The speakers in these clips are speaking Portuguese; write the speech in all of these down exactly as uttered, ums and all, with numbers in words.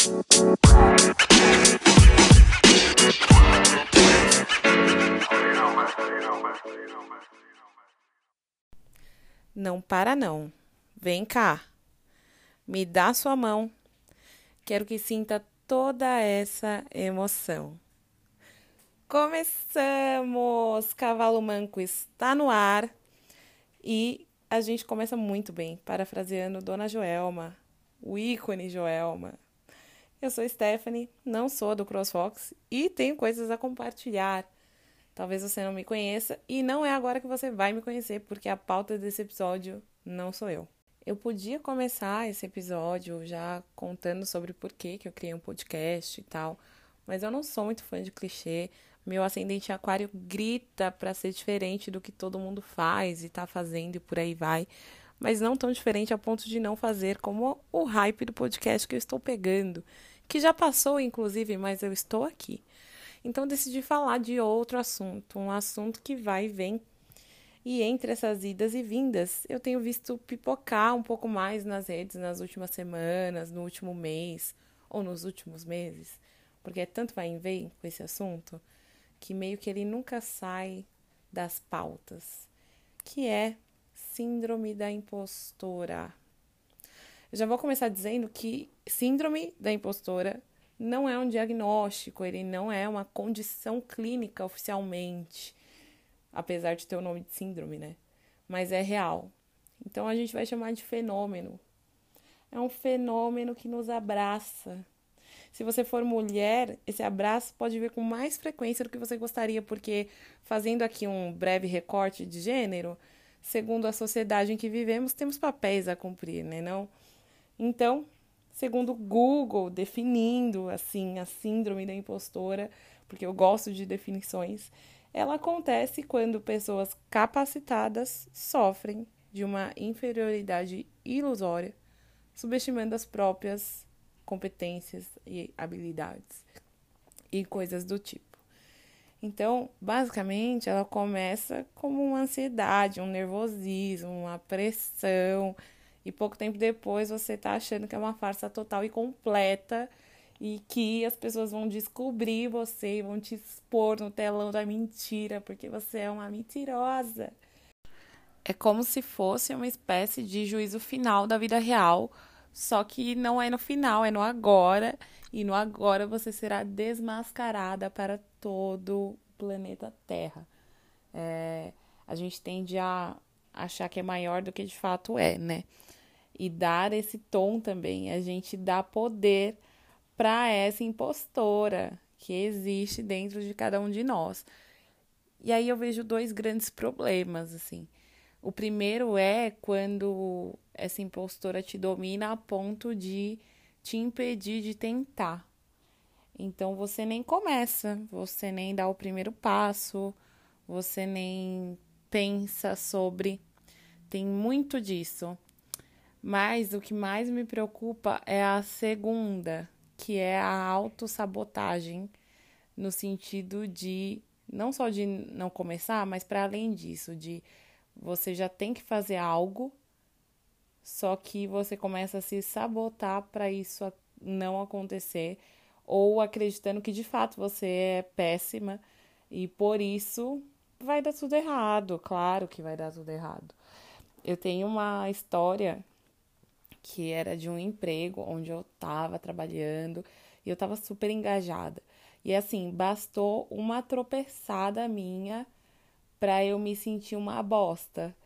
Não para não. Vem cá. Me dá sua mão. Quero que sinta toda essa emoção. Começamos! Cavalo Manco está no ar e a gente começa muito bem, parafraseando Dona Joelma, o ícone Joelma. Eu sou Stephanie, não sou do CrossFox e tenho coisas a compartilhar. Talvez você não me conheça e não é agora que você vai me conhecer, porque a pauta desse episódio não sou eu. Eu podia começar esse episódio já contando sobre por que que eu criei um podcast e tal, mas eu não sou muito fã de clichê. Meu ascendente aquário grita para ser diferente do que todo mundo faz e tá fazendo e por aí vai, mas não tão diferente a ponto de não fazer como o hype do podcast que eu estou pegando, que já passou inclusive, mas eu estou aqui. Então, decidi falar de outro assunto, um assunto que vai e vem. E entre essas idas e vindas, eu tenho visto pipocar um pouco mais nas redes nas últimas semanas, no último mês ou nos últimos meses, porque é tanto vai e vem com esse assunto, que meio que ele nunca sai das pautas, que é síndrome da impostora. Eu já vou começar dizendo que síndrome da impostora não é um diagnóstico, ele não é uma condição clínica oficialmente, apesar de ter o nome de síndrome, né? Mas é real. Então a gente vai chamar de fenômeno. É um fenômeno que nos abraça. Se você for mulher, esse abraço pode vir com mais frequência do que você gostaria, porque fazendo aqui um breve recorte de gênero, segundo a sociedade em que vivemos, temos papéis a cumprir, né? Não? Então, segundo o Google, definindo assim a síndrome da impostora, porque eu gosto de definições, ela acontece quando pessoas capacitadas sofrem de uma inferioridade ilusória, subestimando as próprias competências e habilidades e coisas do tipo. Então, basicamente, ela começa como uma ansiedade, um nervosismo, uma pressão. E pouco tempo depois você tá achando que é uma farsa total e completa e que as pessoas vão descobrir você e vão te expor no telão da mentira, porque você é uma mentirosa. É como se fosse uma espécie de juízo final da vida real, só que não é no final, é no agora. E no agora você será desmascarada para todo o planeta Terra. É, a gente tende a achar que é maior do que de fato é, né? E dar esse tom também, a gente dá poder para essa impostora que existe dentro de cada um de nós. E aí eu vejo dois grandes problemas, assim. O primeiro é quando essa impostora te domina a ponto de te impedir de tentar. Então você nem começa, você nem dá o primeiro passo, você nem pensa sobre. Tem muito disso. Mas o que mais me preocupa é a segunda, que é a autossabotagem, no sentido de, não só de não começar, mas para além disso, de você já tem que fazer algo, só que você começa a se sabotar para isso não acontecer, ou acreditando que de fato você é péssima e por isso vai dar tudo errado. Claro que vai dar tudo errado. Eu tenho uma história que era de um emprego onde eu tava trabalhando e eu tava super engajada. E assim, bastou uma tropeçada minha pra eu me sentir uma bosta.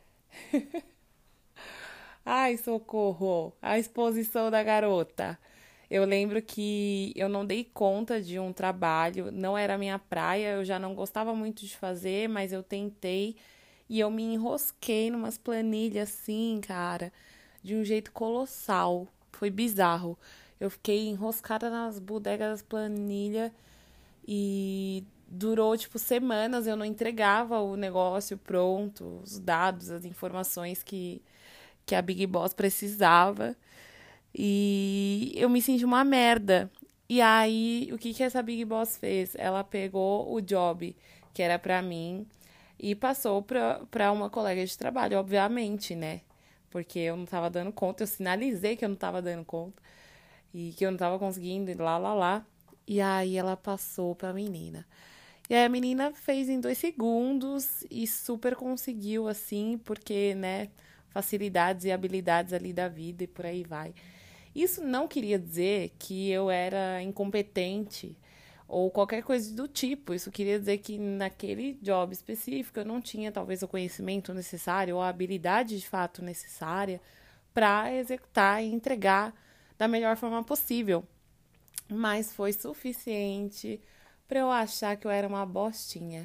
Ai, socorro! A exposição da garota. Eu lembro que eu não dei conta de um trabalho, não era minha praia, eu já não gostava muito de fazer, mas eu tentei e eu me enrosquei numas planilhas assim, cara, de um jeito colossal. Foi bizarro. Eu fiquei enroscada nas bodegas das planilhas e durou, tipo, semanas. Eu não entregava o negócio pronto, os dados, as informações que, que a Big Boss precisava. E eu me senti uma merda. E aí, o que que essa Big Boss fez? Ela pegou o job que era pra mim e passou pra, pra uma colega de trabalho, obviamente, né? Porque eu não tava dando conta, eu sinalizei que eu não tava dando conta. e que eu não tava conseguindo, e lá, lá, lá. E aí ela passou pra menina. E aí a menina fez em dois segundos e super conseguiu, assim, porque, né, facilidades e habilidades ali da vida e por aí vai. Isso não queria dizer que eu era incompetente ou qualquer coisa do tipo. Isso queria dizer que naquele job específico eu não tinha talvez o conhecimento necessário ou a habilidade de fato necessária para executar e entregar da melhor forma possível. Mas foi suficiente para eu achar que eu era uma bostinha.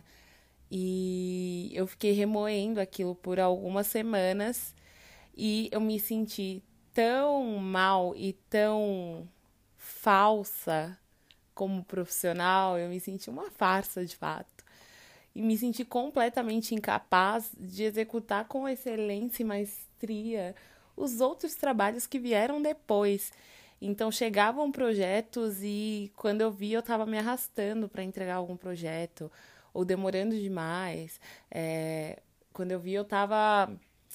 E eu fiquei remoendo aquilo por algumas semanas e eu me senti tão mal e tão falsa como profissional, eu me senti uma farsa de fato. E me senti completamente incapaz de executar com excelência e maestria os outros trabalhos que vieram depois. Então chegavam projetos e quando eu vi eu estava me arrastando para entregar algum projeto ou demorando demais. É, quando eu vi eu estava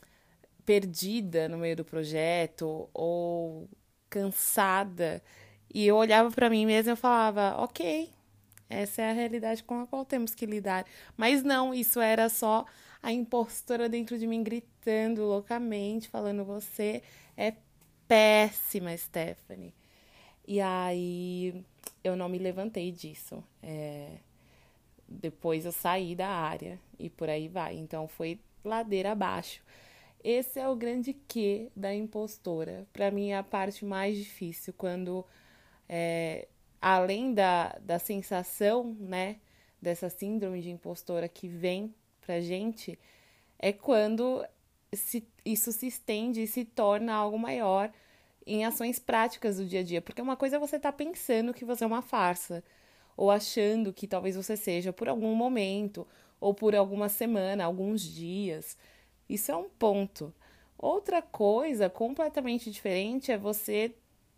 perdida no meio do projeto ou cansada. E eu olhava para mim mesma e eu falava, ok, essa é a realidade com a qual temos que lidar. Mas não, isso era só a impostora dentro de mim gritando loucamente, falando, você é péssima, Stephanie. E aí eu não me levantei disso. É, depois eu saí da área e por aí vai. Então foi ladeira abaixo. Esse é o grande quê da impostora. Para mim é a parte mais difícil, quando, é, além da, da sensação, né, dessa síndrome de impostora que vem pra gente, é quando se, isso se estende e se torna algo maior em ações práticas do dia a dia. Porque uma coisa é você estar pensando que você é uma farsa, ou achando que talvez você seja por algum momento, ou por alguma semana, alguns dias. Isso é um ponto. Outra coisa completamente diferente é você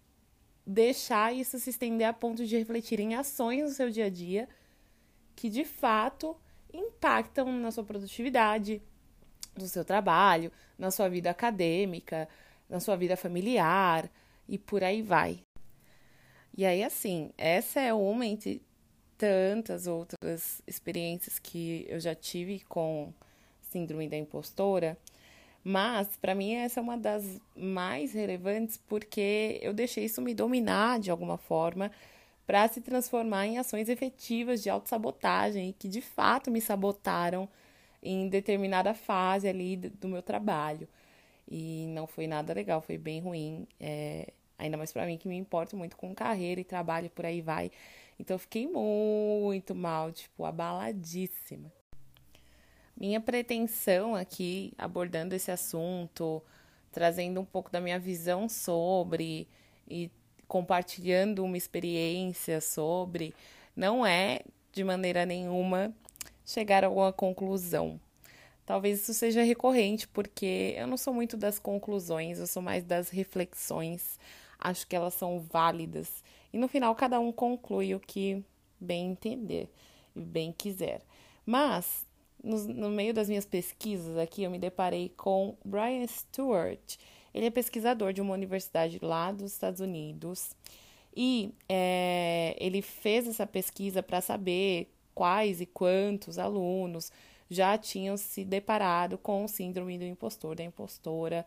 deixar isso se estender a ponto de refletir em ações no seu dia a dia que de fato impactam na sua produtividade, no seu trabalho, na sua vida acadêmica, na sua vida familiar e por aí vai. E aí, assim, essa é uma entre tantas outras experiências que eu já tive com síndrome da impostora, mas para mim essa é uma das mais relevantes porque eu deixei isso me dominar de alguma forma para se transformar em ações efetivas de autossabotagem que de fato me sabotaram em determinada fase ali do meu trabalho. E não foi nada legal, foi bem ruim. É, ainda mais pra mim que me importo muito com carreira e trabalho, por aí vai. Então eu fiquei muito mal, tipo, abaladíssima. Minha pretensão aqui, abordando esse assunto, trazendo um pouco da minha visão sobre e compartilhando uma experiência sobre, não é de maneira nenhuma chegar a alguma conclusão. Talvez isso seja recorrente, porque eu não sou muito das conclusões, eu sou mais das reflexões. Acho que elas são válidas. E no final, cada um conclui o que bem entender e bem quiser. Mas, no, no meio das minhas pesquisas aqui, eu me deparei com Brian Stewart. Ele é pesquisador de uma universidade lá dos Estados Unidos. E é, ele fez essa pesquisa para saber quais e quantos alunos já tinham se deparado com o síndrome do impostor, da impostora.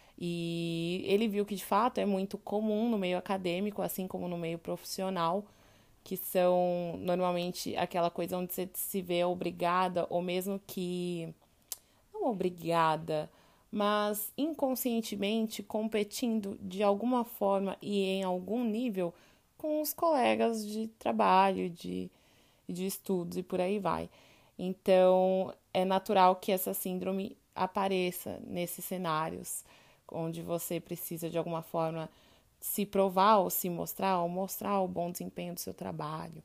E ele viu que, de fato, é muito comum no meio acadêmico, assim como no meio profissional, que são normalmente aquela coisa onde você se vê obrigada, ou mesmo que, não obrigada, mas inconscientemente competindo de alguma forma e em algum nível com os colegas de trabalho, de, de estudos e por aí vai. Então, é natural que essa síndrome apareça nesses cenários, onde você precisa, de alguma forma, se provar ou se mostrar, ou mostrar o bom desempenho do seu trabalho.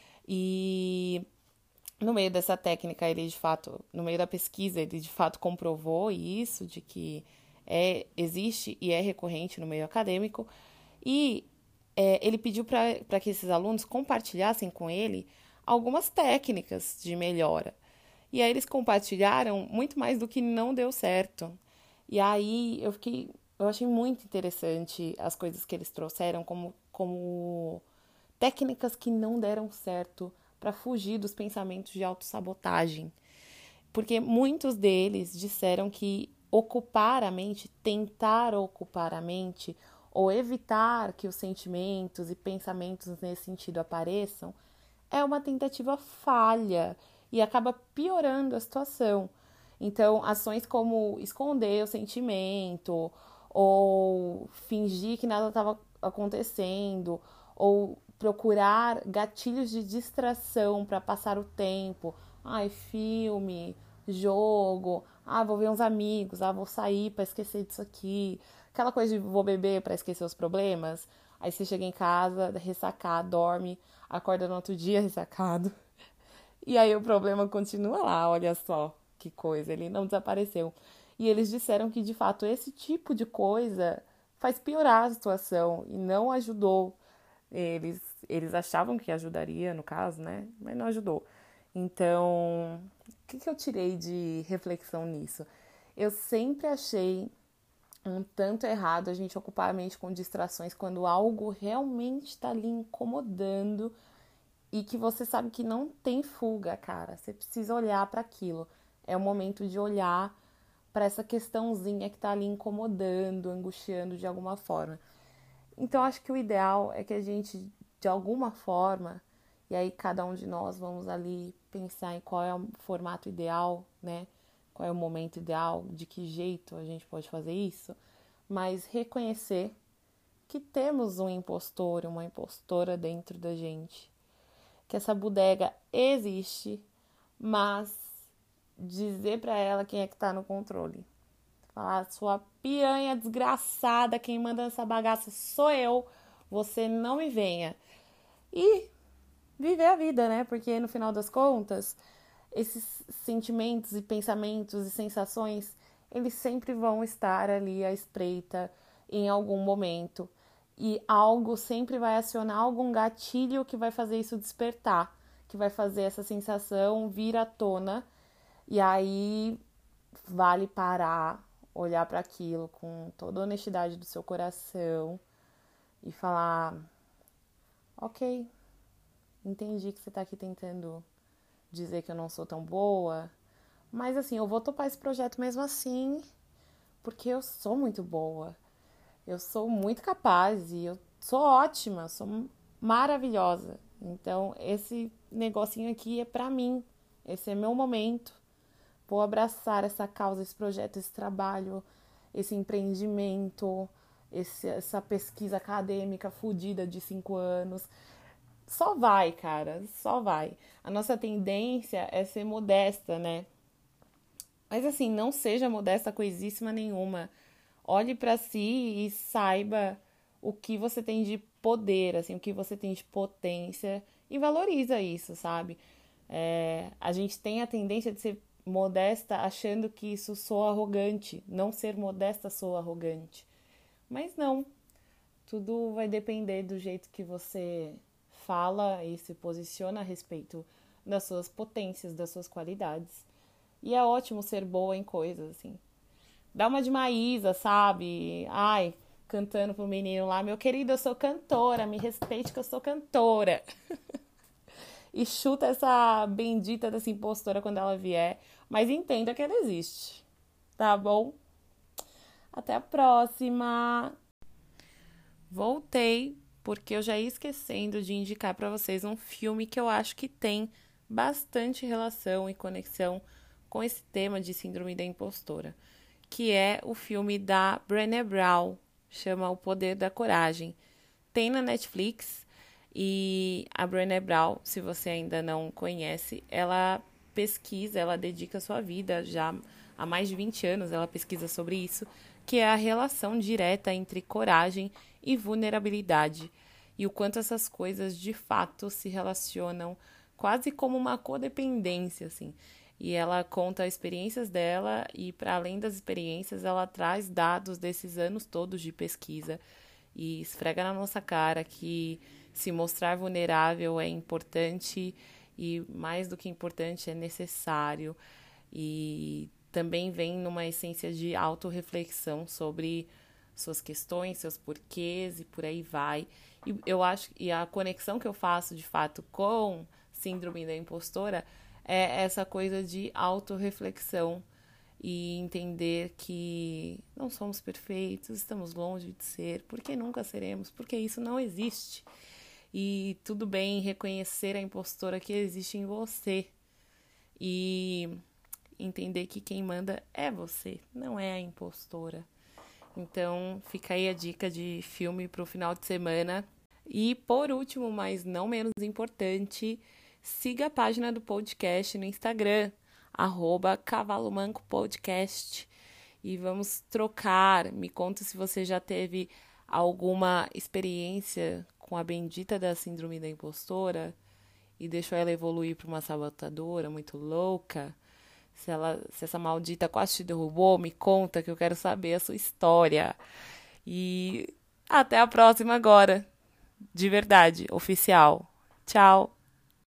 E no meio dessa técnica, ele de fato, no meio da pesquisa, ele de fato comprovou isso, de que é, existe e é recorrente no meio acadêmico. E é, ele pediu para que esses alunos compartilhassem com ele algumas técnicas de melhora. E aí eles compartilharam muito mais do que não deu certo. E aí eu fiquei, eu achei muito interessante as coisas que eles trouxeram, como como técnicas que não deram certo para fugir dos pensamentos de autossabotagem. Porque muitos deles disseram que ocupar a mente, tentar ocupar a mente, ou evitar que os sentimentos e pensamentos nesse sentido apareçam, é uma tentativa falha e acaba piorando a situação. Então, ações como esconder o sentimento, ou fingir que nada estava acontecendo, ou procurar gatilhos de distração para passar o tempo. Ai, filme, jogo, ah, vou ver uns amigos, ah, vou sair para esquecer disso aqui. Aquela coisa de vou beber para esquecer os problemas. Aí você chega em casa, ressacado, dorme, acorda no outro dia ressacado. E aí o problema continua lá, olha só que coisa, ele não desapareceu. E eles disseram que, de fato, esse tipo de coisa faz piorar a situação e não ajudou. Eles, eles achavam que ajudaria, no caso, né? Mas não ajudou. Então, o que, que eu tirei de reflexão nisso? Eu sempre achei um tanto errado a gente ocupar a mente com distrações quando algo realmente está ali incomodando e que você sabe que não tem fuga, cara. Você precisa olhar para aquilo. É o momento de olhar para essa questãozinha que está ali incomodando, angustiando de alguma forma. Então, acho que o ideal é que a gente, de alguma forma, e aí cada um de nós vamos ali pensar em qual é o formato ideal, né? Qual é o momento ideal, de que jeito a gente pode fazer isso, mas reconhecer que temos um impostor, uma impostora dentro da gente, que essa bodega existe, mas dizer pra ela quem é que tá no controle. Falar, sua piranha desgraçada, quem manda essa bagaça sou eu, você não me venha. E viver a vida, né? Porque no final das contas, esses sentimentos e pensamentos e sensações, eles sempre vão estar ali à espreita em algum momento. E algo sempre vai acionar algum gatilho que vai fazer isso despertar, que vai fazer essa sensação vir à tona. E aí vale parar, olhar para aquilo com toda a honestidade do seu coração e falar: ok, entendi que você tá aqui tentando dizer que eu não sou tão boa, mas assim, eu vou topar esse projeto mesmo assim, porque eu sou muito boa, eu sou muito capaz e eu sou ótima, sou maravilhosa. Então, esse negocinho aqui é pra mim, esse é meu momento. Vou abraçar essa causa, esse projeto, esse trabalho, esse empreendimento, esse, essa pesquisa acadêmica fodida de cinco anos. Só vai, cara, só vai. A nossa tendência é ser modesta, né? Mas assim, não seja modesta coisíssima nenhuma. Olhe pra si e saiba o que você tem de poder, assim, o que você tem de potência e valoriza isso, sabe? É, a gente tem a tendência de ser modesta achando que isso soa arrogante. Não ser modesta soa arrogante. Mas não. Tudo vai depender do jeito que você fala e se posiciona a respeito das suas potências, das suas qualidades. E é ótimo ser boa em coisas, assim. Dá uma de Maísa, sabe? Ai, cantando pro menino lá, meu querido, eu sou cantora, me respeite que eu sou cantora. E chuta essa bendita dessa impostora quando ela vier, mas entenda que ela existe, tá bom? Até a próxima! Voltei porque eu já ia esquecendo de indicar para vocês um filme que eu acho que tem bastante relação e conexão com esse tema de síndrome da impostora, que é o filme da Brené Brown, chama O Poder da Coragem. Tem na Netflix e a Brené Brown, se você ainda não conhece, ela pesquisa, ela dedica sua vida já há mais de vinte anos, ela pesquisa sobre isso, que é a relação direta entre coragem e vulnerabilidade e o quanto essas coisas de fato se relacionam quase como uma codependência, assim. E ela conta experiências dela e, para além das experiências, ela traz dados desses anos todos de pesquisa e esfrega na nossa cara que se mostrar vulnerável é importante e, mais do que importante, é necessário. E também vem numa essência de autorreflexão sobre suas questões, seus porquês e por aí vai. E eu acho e a conexão que eu faço, de fato, com síndrome da impostora é essa coisa de autorreflexão e entender que não somos perfeitos, estamos longe de ser, porque nunca seremos, porque isso não existe. E tudo bem reconhecer a impostora que existe em você e entender que quem manda é você, não é a impostora. Então, fica aí a dica de filme pro final de semana. E, por último, mas não menos importante, siga a página do podcast no Instagram, arroba Cavalo Manco Podcast. E vamos trocar. Me conta se você já teve alguma experiência com a bendita da síndrome da impostora e deixou ela evoluir para uma sabotadora muito louca. Se, ela, se essa maldita quase te derrubou, me conta que eu quero saber a sua história. E até a próxima agora. De verdade, oficial. Tchau.